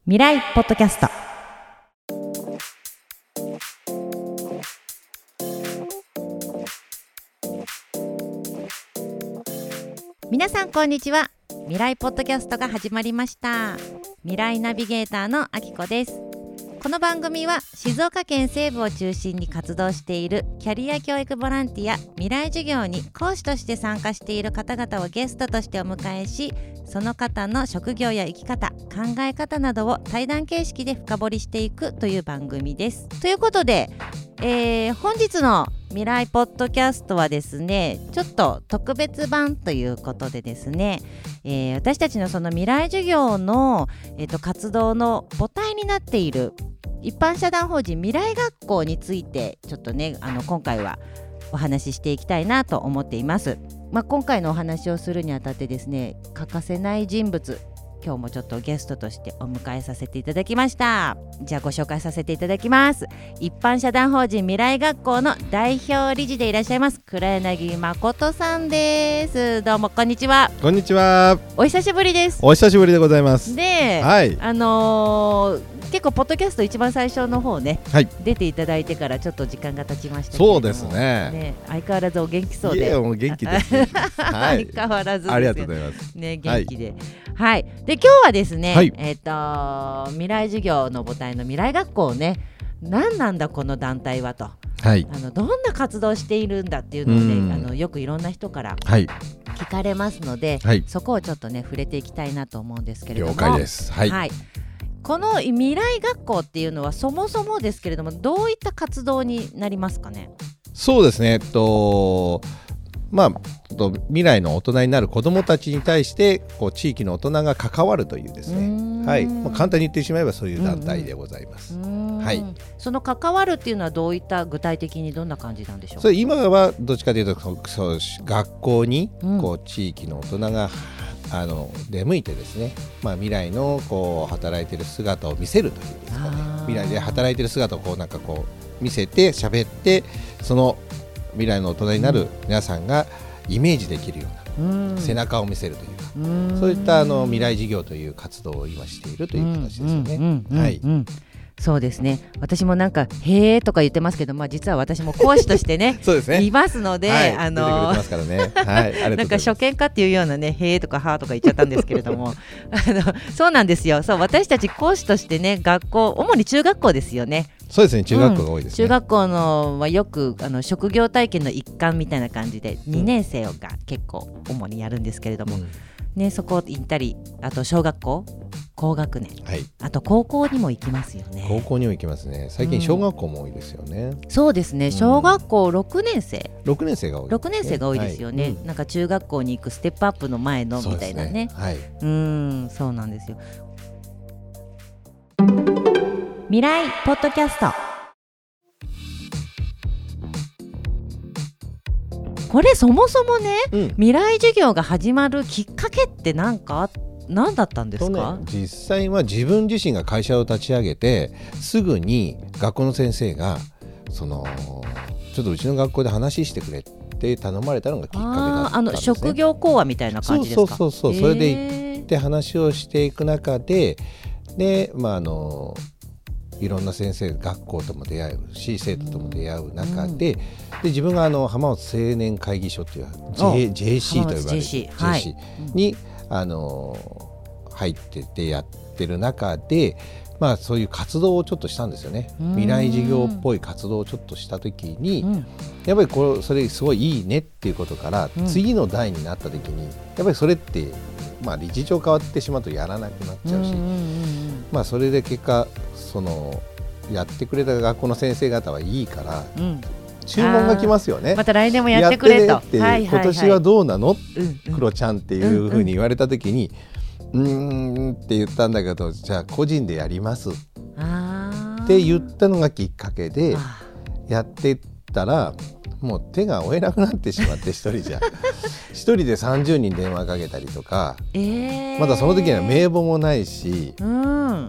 未来ポッドキャスト。皆さんこんにちは。未来ポッドキャストが始まりました。未来ナビゲーターのあきこです。この番組は静岡県西部を中心に活動しているキャリア教育ボランティア未来授業に講師として参加している方々をゲストとしてお迎えし、その方の職業や生き方、考え方などを対談形式で深掘りしていくという番組です。ということで、本日の未来ポッドキャストはですね、ちょっと特別版ということでですね、私たちのその未来授業の、活動の母体になっている一般社団法人未来学校についてちょっとね、今回はお話ししていきたいなと思っています。今回のお話をするにあたってですね、欠かせない人物、今日もちょっとゲストとしてお迎えさせていただきました。じゃあご紹介させていただきます。一般社団法人未来学校の代表理事でいらっしゃいます黒柳誠さんです。どうもこんにちは。 こんにちは。 お久しぶりです。 お久しぶりでございます。 で、 はい、 結構ポッドキャスト一番最初の方ね、 はい、 出ていただいてからちょっと時間が経ちましたけれども、 そうです ね、 相変わらずお元気そうで。 いやもう元気です、ねはい、 相変わらずですよ、 ありがとうございますね、元気で、はい、で今日はですね、 はい、 未来授業の母体の未来学校ね、何なんだこの団体はと、 はい、 どんな活動をしているんだっていうのをね、よくいろんな人から聞かれますので、 はい、 そこをちょっとね触れていきたいなと思うんですけれども。 了解です。はい、 はい、この未来学校っていうのはそもそもですけれども、どういった活動になりますかね。 そうですね、未来の大人になる子どもたちに対してこう地域の大人が関わるというですね、はい、簡単に言ってしまえばそういう団体でございます。はい、 その関わるっていうのはどういった具体的にどんな感じなんでしょうか。 それ今はどっちかというとそう学校にこう地域の大人が出向いてですね、未来のこう働いている姿を見せるというんですかね、未来で働いている姿をこう見せて喋って、その未来の大人になる皆さんがイメージできるような、背中を見せるというか、そういった未来事業という活動を今しているという形ですよね。はい、 そうですね。私もなんかへーとか言ってますけど、実は私も講師としてねそうですね、 いますので、 出てくれてますからね、はい、 なんか初見かっていうようなね、へーとかはーとか言っちゃったんですけれどもそうなんですよ。そう、私たち講師としてね、学校、主に中学校ですよね。 そうですね、中学校が多いですね。 中学校のはよく職業体験の一環みたいな感じで2年生が結構主にやるんですけれども、ね、そこ行ったり、あと小学校高学年、 はい、 あと高校にも行きますよね。 高校にも行きますね。最近小学校も多いですよね。 そうですね、小学校6年生 6年生が多い、 6年生が多いですよね、はい、なんか中学校に行くステップアップの前のみたいなね、 はい、 そうなんですよ。未来ポッドキャスト、これそもそもね、未来授業が始まるきっかけって何だったんですか。 実際は自分自身が会社を立ち上げてすぐに学校の先生がちょっとうちの学校で話してくれって頼まれたのがきっかけだったんですね。職業講話みたいな感じですか。そうそれで行って話をしていく中で、いろんな先生、学校とも出会うし生徒とも出会う中で、自分が浜松青年会議所っていう JC と呼ばれる JC に入っててやってる中で、そういう活動をちょっとしたんですよね。未来事業っぽい活動をちょっとした時に、やっぱりそれすごいいいねっていうことから、次の代になった時にやっぱりそれって理事長変わってしまうとやらなくなっちゃうし、それで結果やってくれた学校の先生方はいいから、注文が来ますよね。また来年もやってくれと、 やってねって、今年はどうなの、クロちゃんっていうふうに言われた時に、って言ったんだけど、じゃあ個人でやりますって言ったのがきっかけでやっていったら、もう手が負えなくなってしまって、一人で30人電話かけたりとか、まだその時には名簿もないし、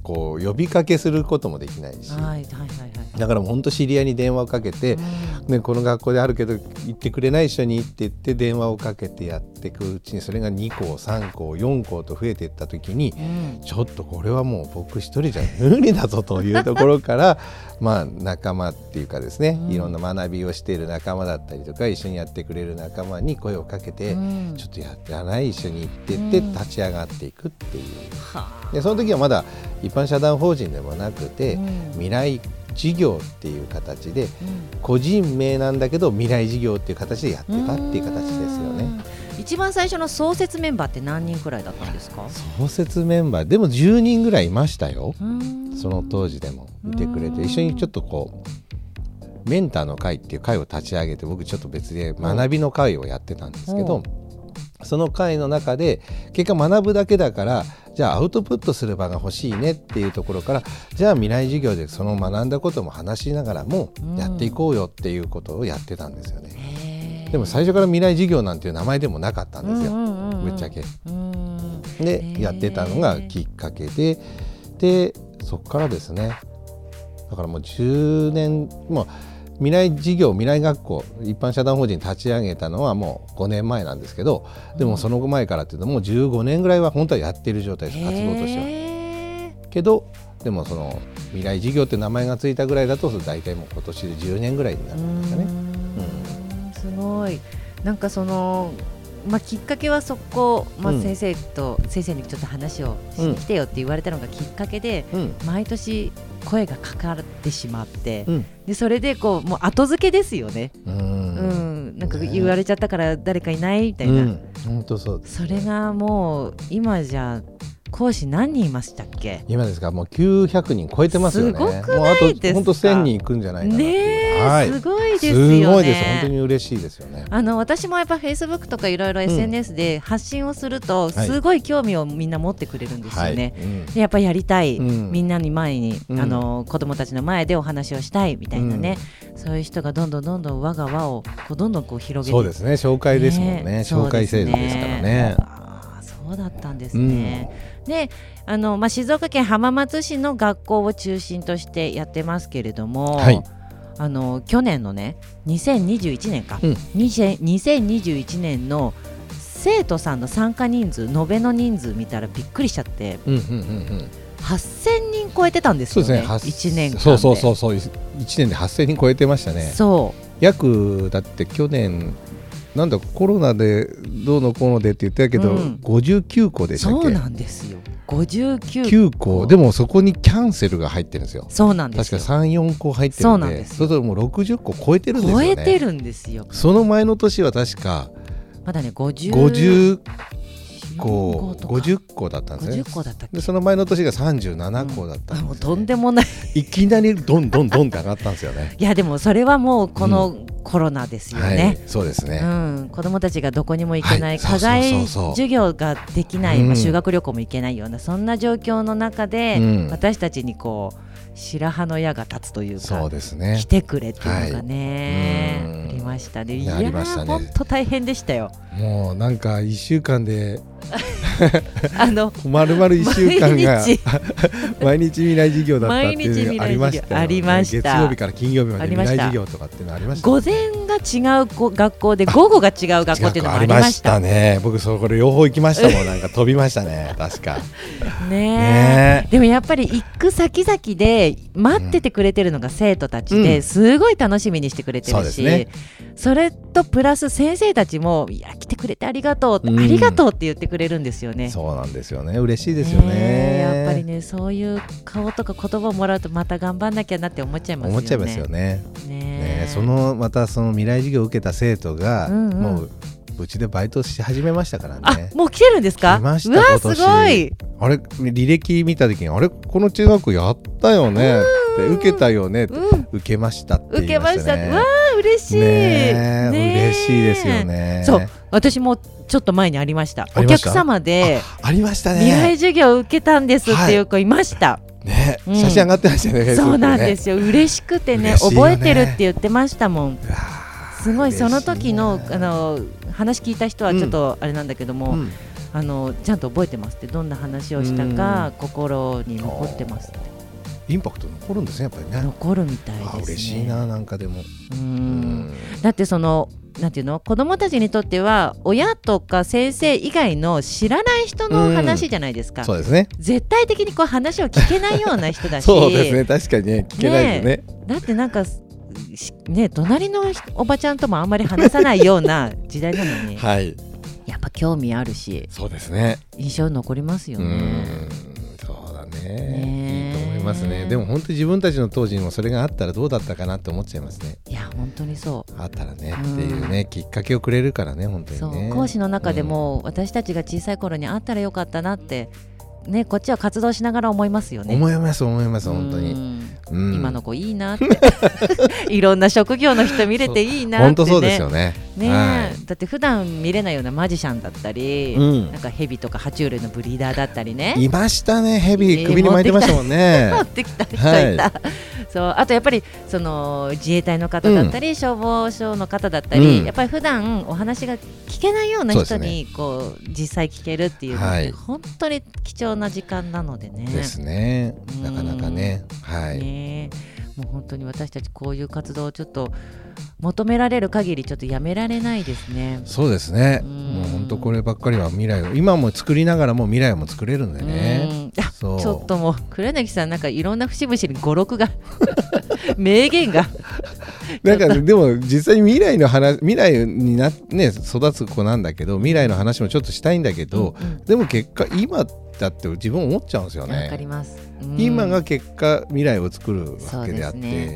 こう呼びかけすることもできないし、だからもう本当知り合いに電話をかけて、ね、この学校であるけど行ってくれない、一緒にって言って電話をかけてやっていくうちに、それが2校3校4校と増えていった時に、ちょっとこれはもう僕一人じゃ無理だぞというところからまあ仲間っていうかですね、いろんな学びをしている仲間だったりとか、一緒にやってくれる仲間に声をかけて、ちょっとやらない一緒に行ってって立ち上がっていくっていう、でその時はまだ一般社団法人でもなくて、未来事業っていう形で、個人名なんだけど未来事業っていう形でやってたっていう形ですよね。 一番最初の創設メンバーって何人くらいだったんですか？ 創設メンバーでも10人ぐらいいましたよ。その当時でもいてくれて、一緒にちょっとこうメンターの会っていう会を立ち上げて、僕ちょっと別で学びの会をやってたんですけど、その会の中で結果学ぶだけだから、じゃあアウトプットする場が欲しいねっていうところから、じゃあ未来授業でその学んだことも話しながらもやっていこうよっていうことをやってたんですよね。でも最初から未来授業なんていう名前でもなかったんですよ、ぶっちゃけ。でやってたのがきっかけでそこからですね、だからもう10年もう未来事業、未来学校、一般社団法人立ち上げたのはもう5年前なんですけど、でもその前からっていうともう15年ぐらいは本当はやってる状態です、活動としては。けどでもその未来事業って名前がついたぐらいだと、大体もう今年で10年ぐらいになるんですかね。 すごい。なんかそのきっかけはそこ、先生にちょっと話をしに来てよって言われたのがきっかけで、毎年声がかかってしまって、でそれでこうもう後付けですよね。なんか言われちゃったから誰かいないみたいな、 本当そうです。 それがもう今じゃ講師何人いましたっけ？ 今ですか、もう900人超えてますよね。 すごくないですか？ もうあと本当1000人いくんじゃないかなっていう、 すごいですよね。 すごいです、本当に嬉しいですよね。 私もやっぱ Facebook とかいろいろ SNS で発信をすると、すごい興味をみんな持ってくれるんですよね。でやっぱりやりたい、みんなに前に、子どもたちの前でお話をしたいみたいなね、そういう人がどんどん我が輪をどんどんこう広げて、 そうですね、紹介ですもんね、紹介制度ですからね。 そうだったんですね。で静岡県浜松市の学校を中心としてやってますけれども、去年のね2021年か、2021年の生徒さんの参加人数、延べの人数見たらびっくりしちゃって、8000人超えてたんですよね。1年間で。そう 1年で8000人超えてましたね。約だって去年なんだコロナでどうのこうのでって言ってたけど、59校でしたっけ？ そうなんですよ、 59校でもそこにキャンセルが入ってるんですよ。 そうなんですよ。 確か 3,4 校入ってるんで、そうするともう60校超えてるんですよね。 超えてるんですよ。 その前の年は確かまだね 50校だったんですね。 50校だったっけ？ でその前の年が37校だったんです、ね。 もうとんでもないいきなりどんどんって上がったんですよね。 いやでもそれはもうこのコロナですよね。 そうですね。 子どもたちがどこにも行けない、課外授業ができない、修学旅行も行けないようなそんな状況の中で、私たちにこう白羽の矢が立つというか、 そうですね、 来てくれっていうのがね、ありましたね。いや本当大変でしたよ。 もうなんか1週間で丸々1週間が毎日未来授業だったっていうのがありましたよね。 ありました。 月曜日から金曜日まで未来授業とかっていうのありました。 午前が違う学校で午後が違う学校っていうのもありました。 ね。僕これ両方行きましたもん。なんか飛びましたね。確かね。でもやっぱり行く先々で待っててくれてるのが生徒たちですごい楽しみにしてくれてるし、それとプラス先生たちもいや来てくれてありがとう、ありがとうって言ってくれるんですよね。 そうなんですよね。嬉しいですよね。 やっぱりね、そういう顔とか言葉をもらうとまた頑張んなきゃなって思っちゃいますよね。 思っちゃいますよね。またその未来授業を受けた生徒が、もううちでバイトし始めましたからね。 もう来てるんですか？ 来ました。 うわすごい。 あれ履歴見た時にこの中学校やったよねって受けたよねって、受けましたって言いましたね。 うわ嬉しい。 嬉しいですよね。 そう私もちょっと前にありました。お客様でありましたね。 未来授業を受けたんですっていう子いました。 ね、写真上がってましたね。 そうなんですよ。嬉しくてね、覚えてるって言ってましたもん。すごいその時の話聞いた人はちょっとあれなんだけども、 ちゃんと覚えてますって、どんな話をしたか心に残ってますって。 インパクト残るんですね、やっぱりね。 残るみたいですね。 嬉しいな、なんかでも。 だってなんていうの、子どもたちにとっては親とか先生以外の知らない人の話じゃないですか。 そうですね。 絶対的にこう話を聞けないような人だしそうですね、確かにね、聞けないですね。 だってなんかね、隣のおばちゃんともあんまり話さないような時代なのに、はい、やっぱ興味あるし、 そうですね、 印象残りますよね。 そうだね、いいと思いますね。でも本当に自分たちの当時にもそれがあったらどうだったかなって思っちゃいますね。 いや本当にそう、 あったらねっていうね、きっかけをくれるからね、本当にね。 そう、講師の中でも、私たちが小さい頃にあったらよかったなってね、こっちは活動しながら思いますよね。 思います本当に、 今の子いいなっていろんな職業の人見れていいなってね。 本当そうですよね。 はい、だって普段見れないようなマジシャンだったり、なんかヘビとか爬虫類のブリーダーだったりね、 いましたね。ヘビ首に巻いてましたもんね。 持ってきた人いた、そう、あとやっぱりその自衛隊の方だったり、消防署の方だったり、やっぱり普段お話が聞けないような人にこう実際聞けるっていうのって本当に貴重な時間なのでね。 ですね、なかなかね、 もう本当に私たちこういう活動をちょっと求められる限りちょっとやめられないですね。 そうですね、もう本当こればっかりは未来を今も作りながらも未来も作れるんでね。そうちょっともう黒柳さんなんかいろんな節々に語録が名言がなんかでも実際に未来にね、育つ子なんだけど、未来の話もちょっとしたいんだけど、でも結果今だって自分思っちゃうんですよね。 わかります、 今が結果未来を作るわけであって、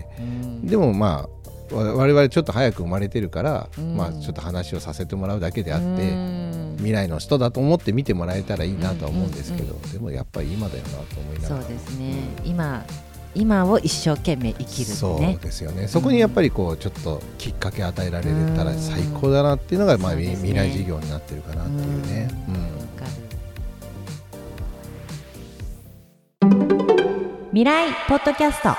でもまあ我々ちょっと早く生まれてるから、まあちょっと話をさせてもらうだけであって、未来の人だと思って見てもらえたらいいなとは思うんですけど、でもやっぱり今だよなと思いながら。 そうですね、今を一生懸命生きるってね。 そうですよね。そこにやっぱりこうちょっときっかけ与えられたら最高だなっていうのが、まあ未来事業になってるかなっていうね。 未来ポッドキャスト。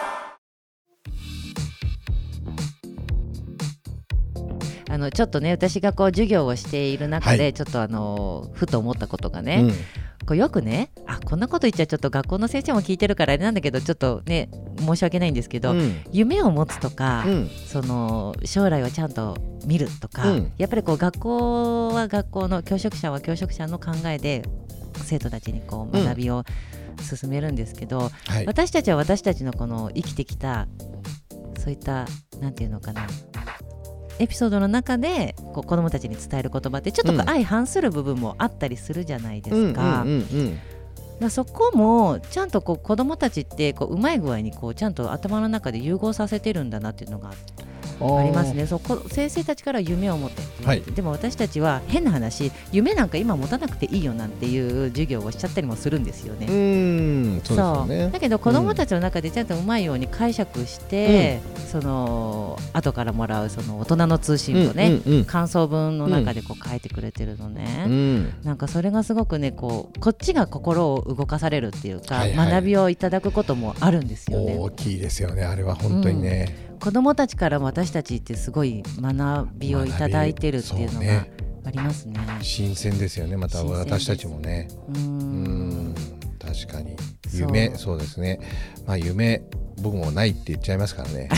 ちょっとね、私がこう授業をしている中で、ちょっとふと思ったことがね、こうよくね、こんなこと言っちゃちょっと学校の先生も聞いてるからあれなんだけど、ちょっとね申し訳ないんですけど、夢を持つとか、その将来をちゃんと見るとか、やっぱりこう学校は学校の、教職者は教職者の考えで生徒たちにこう学びを進めるんですけど、私たちは私たちのこの生きてきたそういったなんていうのかな、エピソードの中でこう子どもたちに伝える言葉ってちょっと相反する部分もあったりするじゃないですか。そこもちゃんとこう子どもたちってこううまい具合にこうちゃんと頭の中で融合させてるんだなっていうのがありますね。先生たちから夢を持ってって、でも私たちは変な話、夢なんか今持たなくていいよなんていう授業をしちゃったりもするんですよね。 そうですよね。 だけど子どもたちの中でちゃんとうまいように解釈して、その後からもらうその大人の通信とね、感想文の中でこう書いてくれてるのね、なんかそれがすごくね、こっちが心を動かされるっていうか、学びをいただくこともあるんですよね。 大きいですよね、あれは本当にね。 子どもたちからも私たちってすごい学びをいただいてるっていうのがありますね。 新鮮ですよね、また私たちもね。確かに夢、そうですね、まあ夢僕もないって言っちゃいますからね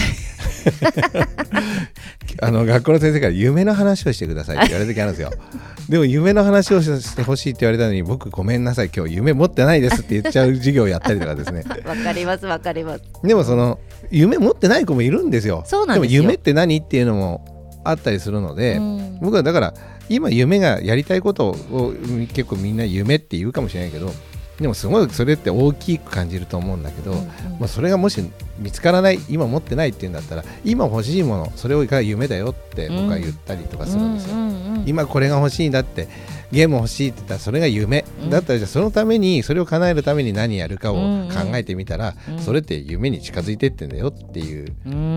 学校の先生から夢の話をしてくださいって言われる時あるんですよでも夢の話をしてほしいって言われたのに、僕ごめんなさい今日夢持ってないですって言っちゃう授業をやったりとかですねわかりますわかります。 でもその夢持ってない子もいるんですよ。 そうなんですよ。 でも夢って何っていうのもあったりするので、僕はだから今夢がやりたいことを結構みんな夢って言うかもしれないけど、でもすごいそれって大きく感じると思うんだけど、まあ、それがもし見つからない、今持ってないっていうんだったら、今欲しいものそれが夢だよって僕は言ったりとかするんですよ。今これが欲しいんだって、ゲーム欲しいって言ったらそれが夢、だったらじゃあそのために、それを叶えるために何やるかを考えてみたら、それって夢に近づいてってんだよっていう、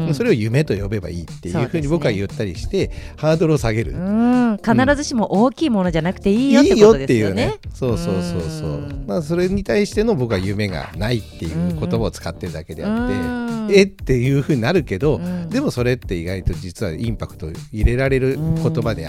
それを夢と呼べばいいっていうふうに僕は言ったりして、ハードルを下げる。 必ずしも大きいものじゃなくていいよってことですよね。いいよっていうね。 そうそうそうそう。まあそれに対しての僕は夢がないっていう言葉を使ってるだけであって、っていうふうになるけど、でもそれって意外と実はインパクト入れられる言葉になる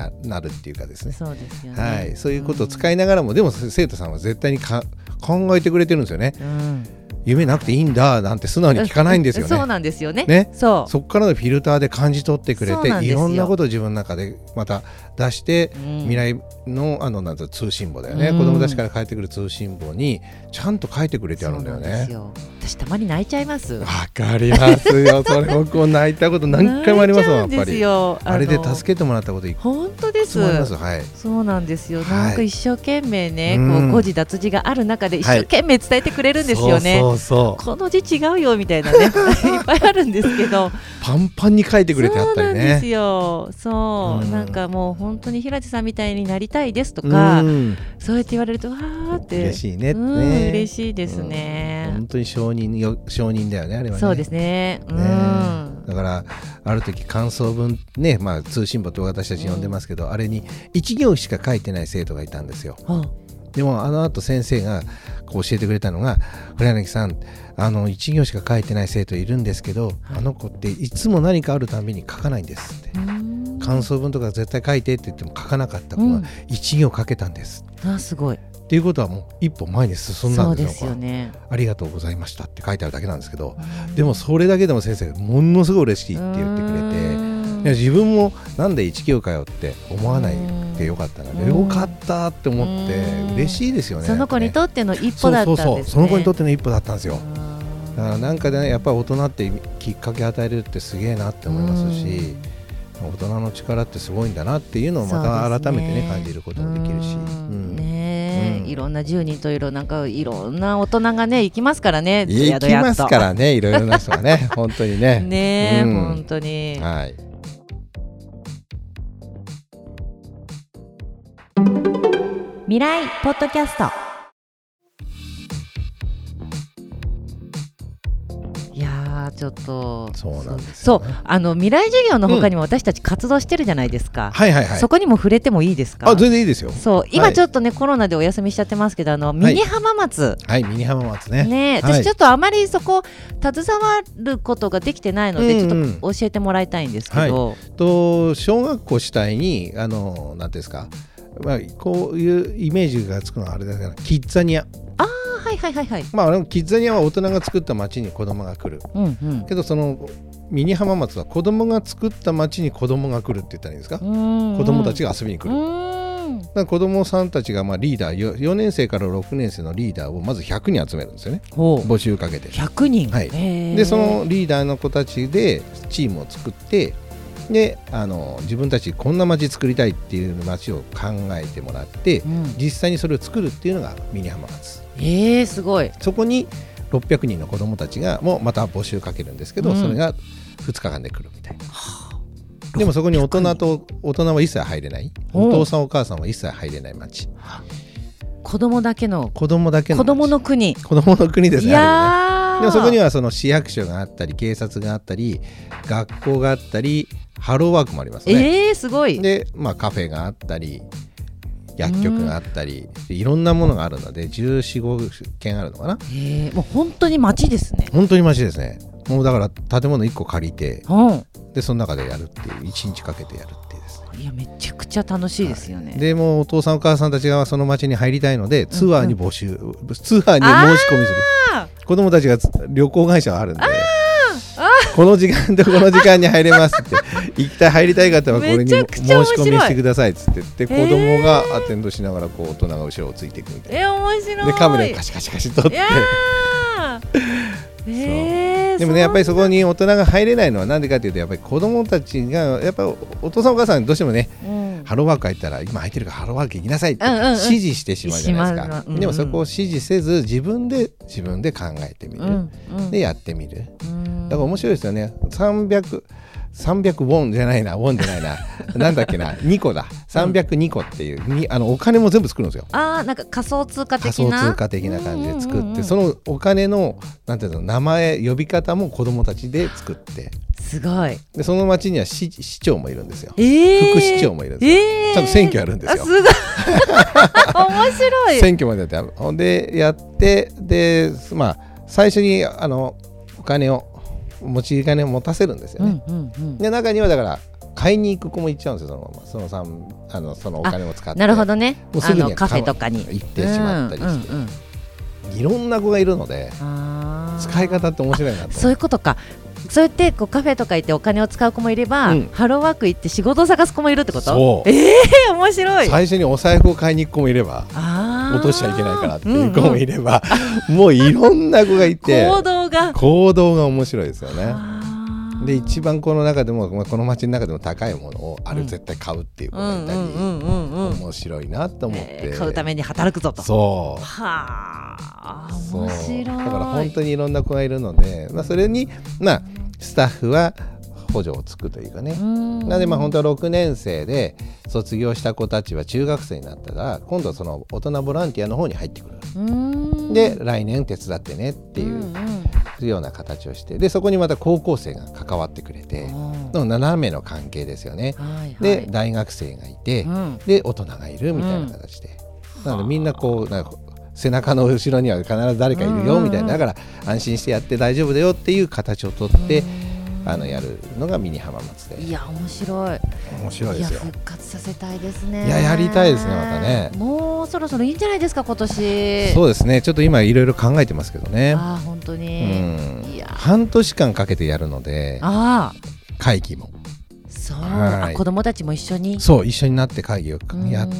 るっていうかですね、 そうですよね、 はい、そういうことを使いながらも、でも生徒さんは絶対に考えてくれてるんですよね、夢なくていいんだなんて素直に聞かないんですよね。 そうなんですよね。そこからのフィルターで感じ取ってくれて、いろんなことを自分の中でまた出して、未来のなんて通信簿だよね、子供たちから返ってくる通信簿にちゃんと書いてくれてあるんだよね。 そうなんですよ。私たまに泣いちゃいます。 わかりますよ。それ僕も泣いたこと何回もありますもん。やっぱりあれで助けてもらったこと本当です。 はい、 そうなんですよ。なんか一生懸命ね、こう誤字脱字がある中で一生懸命伝えてくれるんですよね。この字違うよみたいなねいっぱいあるんですけどパンパンに書いてくれてあったりね。そうなんですよ。そう、なんかもう本当に平地さんみたいになりたいですとか、そうやって言われるとわーって嬉しいね。 嬉しいですね。 本当に承認だよね、あれはね。 そうですね。 だからある時感想文ね、通信簿と私たち呼んでますけど、あれに1行しか書いてない生徒がいたんですよ。でもあの後先生がこう教えてくれたのが、黒柳さん1行しか書いてない生徒いるんですけど、あの子っていつも何かあるたびに書かないんですって。感想文とか絶対書いてって言っても書かなかった子が1行書けたんです。 すごい。 っていうことはもう一歩前に進んだんですよ。 そうですよね。 ありがとうございましたって書いてあるだけなんですけど、でもそれだけでも先生がものすごい嬉しいって言ってくれて、自分もなんで1行かよって思わないでよかったので、よかったって思って嬉しいですよね。 その子にとっての一歩だったんですね。 その子にとっての一歩だったんですよ。だからなんかね、やっぱり大人ってきっかけ与えるってすげえなって思いますし、大人の力ってすごいんだなっていうのをまた改めてね感じることもできるし、 いろんな10人といろんな大人がね行きますからね。 行きますからね、いろいろな人がね本当にね本当に、 はい。 未来ポッドキャスト。いやちょっとそうなんですよ、ね、 そう未来授業の他にも私たち活動してるじゃないですか、そこにも触れてもいいですか？ 全然いいですよ。 そう今ちょっとね、コロナでお休みしちゃってますけどミニ浜松、 ミニ浜松ね、 私ちょっとあまりそこ携わることができてないので、ちょっと教えてもらいたいんですけど、 小学校主体になんていうんですか、こういうイメージがつくのはあれだけど、キッザニア。キッザニアは大人が作った町に子供が来る、けどそのミニ浜松は子供が作った町に子供が来るって言ったらいいんですか、子供たちが遊びに来る。だから子供さんたちがリーダー4年生から6年生のリーダーをまず100人集めるんですよね、募集かけて 100人、 でそのリーダーの子たちでチームを作って、で自分たちこんな街作りたいっていう街を考えてもらって、実際にそれを作るっていうのがミニ浜松。 すごい。 そこに600人の子どもたちがもうまた募集かけるんですけど、それが2日間で来るみたいな。でもそこに大人は一切入れない、お父さんお母さんは一切入れない街、 子供だけの子供の国ですね。でもそこにはその市役所があったり警察があったり学校があったりハローワークもありますね。 すごい。 で、カフェがあったり薬局があったり、いろんなものがあるので14、15軒あるのかな。 もう本当に街ですね。 本当に街ですね。もうだから建物1個借りて、でその中でやるっていう、1日かけてやるっていうですね。 いやめちゃくちゃ楽しいですよね。 でもうお父さんお母さんたちがその街に入りたいのでツアーに募集、ツアーに申し込みする。子供たちが旅行会社があるんで、この時間とこの時間に入れますって行きたい入りたい方はこれに申し込みしてくださいっつって、で子供がアテンドしながらこう大人が後ろをついていくみたいな。 面白い。 でカメラでカシカシカシ撮ってでもね、やっぱりそこに大人が入れないのはなんでかというと、やっぱり子供たちがやっぱりお父さんお母さんどうしてもね、ハローワーク入ったら今入ってるからハローワーク行きなさいって指示してしまうじゃないですか。でもそこを指示せず自分で考えてみる、でやってみる。だから面白いですよね。300ウォンじゃないななんだっけな2個だ302個っていうお金も全部作るんですよ。 なんか仮想通貨的な感じで作って、そのお金のなんていうの名前呼び方も子どもたちで作って、 すごい。でその町には市長もいるんですよ、副市長もいるんですよ、ちゃんと選挙やるんですよ。 すごい面白い。 選挙までやってで最初にお金を持ち金を持たせるんですよね。で中にはだから買いに行く子も行っちゃうんですよ、そのままそのお金を使って。 なるほどね。 もうすぐにカフェとかに行ってしまったりして、いろんな子がいるので使い方って面白いなと。 そういうことか。そうやってこうカフェとか行ってお金を使う子もいれば、ハローワーク行って仕事を探す子もいるってこと？ そう。 面白い。 最初にお財布を買いに行く子もいれば、落としちゃいけないからっていう子もいれば、もういろんな子がいて行動が面白いですよね。で一番この中でもこの街の中でも高いものを絶対買うっていう子がいたり、面白いなと思って、 買うために働くぞと。 そうはあ、面白い。だから本当にいろんな子がいるので、それにスタッフは補助をつくというかね。なので本当は6年生で卒業した子たちは中学生になったら今度その大人ボランティアの方に入ってくる。で来年手伝ってねっていうような形をして、でそこにまた高校生が関わってくれての斜めの関係ですよね。で大学生がいて、で大人がいるみたいな形で、なのでみんなこう背中の後ろには必ず誰かいるよみたいな、だから安心してやって大丈夫だよっていう形をとってやるのがミニ浜松で。 いや面白い。 面白いですよ。 復活させたいですね。 いややりたいですね、またね。 もうそろそろいいんじゃないですか今年。 そうですね、ちょっと今いろいろ考えてますけどね。 本当に。 いや半年間かけてやるので、会議もそう、子供たちも一緒に一緒になって会議をやって、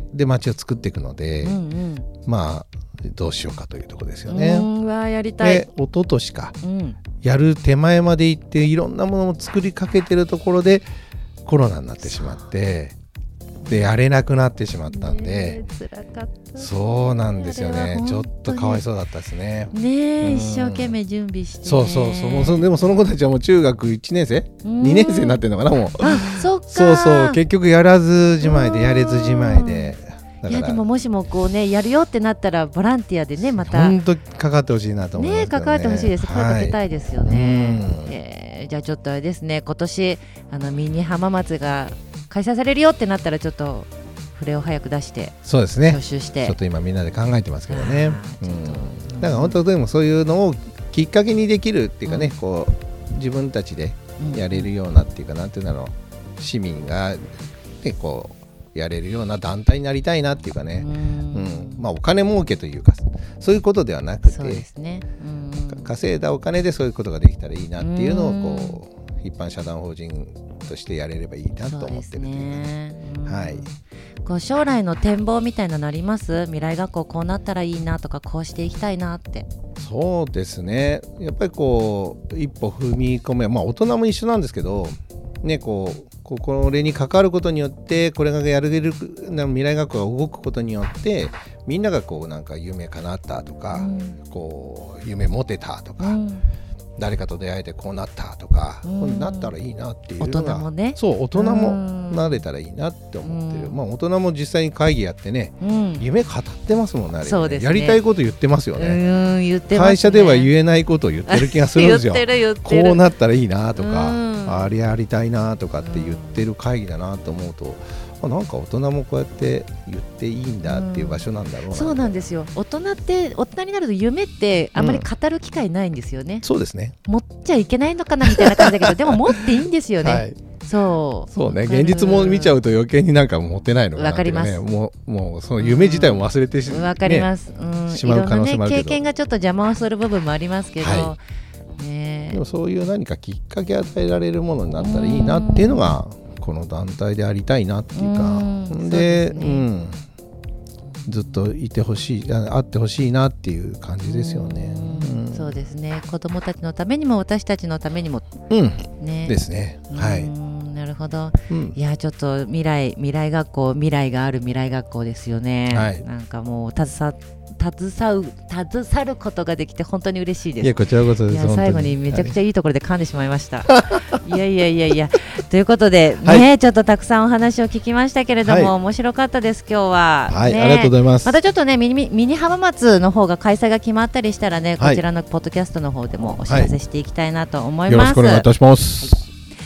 で街を作っていくので、どうしようかというところですよね。 やりたい。 で一昨年か、やる手前まで行っていろんなものを作りかけてるところでコロナになってしまって、でやれなくなってしまったんで、 辛かった。 そうなんですよね。ちょっとかわいそうだったですね。 一生懸命準備して、 そうでもその子たちはもう中学1年生2年生になってるのかな、もう。そう結局やれずじまいで。 いやでももしもこうねやるよってなったらボランティアでね、また本当かかってほしいなと思いますけどね。 関わってほしいです。声かけたいですよね。じゃあちょっとあれですね、今年ミニ浜松が開催されるよってなったらちょっと触れを早く出して、 そうですね、 募集してちょっと今みんなで考えてますけどね。だから本当でもそういうのをきっかけにできるっていうかね、こう自分たちでやれるようなっていうか、なんていうの、市民がこうやれるような団体になりたいなっていうかね、お金儲けというかそういうことではなくて、そうですね、稼いだお金でそういうことができたらいいなっていうのをこう一般社団法人としてやれればいいなと思ってるというかね。 こう将来の展望みたいなのあります？未来学校こうなったらいいなとか、こうしていきたいなって。 そうですね、やっぱりこう一歩踏み込め、大人も一緒なんですけどね、これに関わることによって、これがやれる未来学校が動くことによってみんながこうなんか夢叶ったとか、こう夢持てたとか、誰かと出会えてこうなったとか、なったらいいなっていうのが、 大人もね、 そう大人もなれたらいいなって思ってる。大人も実際に会議やってね、夢語ってますもんね。 そうですね、 やりたいこと言ってますよね。 言ってますね。 会社では言えないことを言ってる気がするんですよ。 言ってるこうなったらいいなとか、あれやりたいなとかって言ってる会議だなと思うと、なんか大人もこうやって言っていいんだっていう場所なんだろうな。 そうなんですよ。大人になると夢ってあんまり語る機会ないんですよね。 そうですね。 持っちゃいけないのかなみたいな感じだけどでも持っていいんですよね。そうね、 現実も見ちゃうと余計になんか持ってないのかなっていうね。 わかります。 もうその夢自体も忘れてわかります。 しまう可能性もあるけど、 経験がちょっと邪魔をする部分もありますけど、 でもそういう何かきっかけ与えられるものになったらいいなっていうのがこの団体でありたいなっていうか、でずっといてほしい、あってほしいなっていう感じですよね。 そうですね。子どもたちのためにも私たちのためにも、 ですね。 なるほど。いやちょっと未来学校、未来がある未来学校ですよね。なんかもう携わることができて本当に嬉しいです。 いやこちらこそです。 最後にめちゃくちゃいいところで噛んでしまいました。いやということでね、ちょっとたくさんお話を聞きましたけれども、面白かったです今日は。 ありがとうございます。 またちょっとねミニ浜松の方が開催が決まったりしたらね、こちらのポッドキャストの方でもお知らせしていきたいなと思います。 よろしくお願いいたします。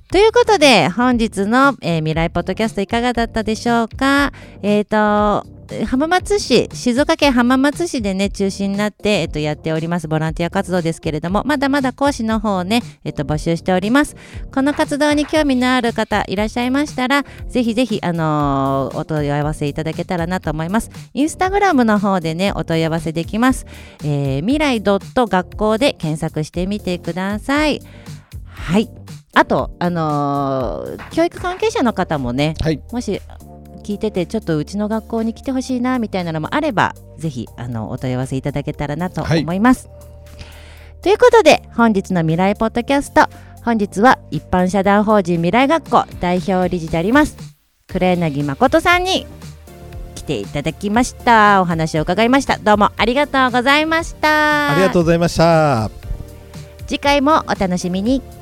ということで本日の、未来ポッドキャストいかがだったでしょうか。浜松市、静岡県浜松市でね中心になって、やっておりますボランティア活動ですけれども、まだまだ講師の方をね、募集しております。この活動に興味のある方いらっしゃいましたら、ぜひぜひ、お問い合わせいただけたらなと思います。インスタグラムの方でねお問い合わせできます。未来学校で検索してみてください。はい、あと、教育関係者の方もね、 はい、 もし聞いててちょっとうちの学校に来てほしいなみたいなのもあれば、ぜひお問い合わせいただけたらなと思います、ということで本日の未来ポッドキャスト、本日は一般社団法人未来学校代表理事であります黒柳誠さんに来ていただきました。お話を伺いました。どうもありがとうございました。 ありがとうございました。 次回もお楽しみに。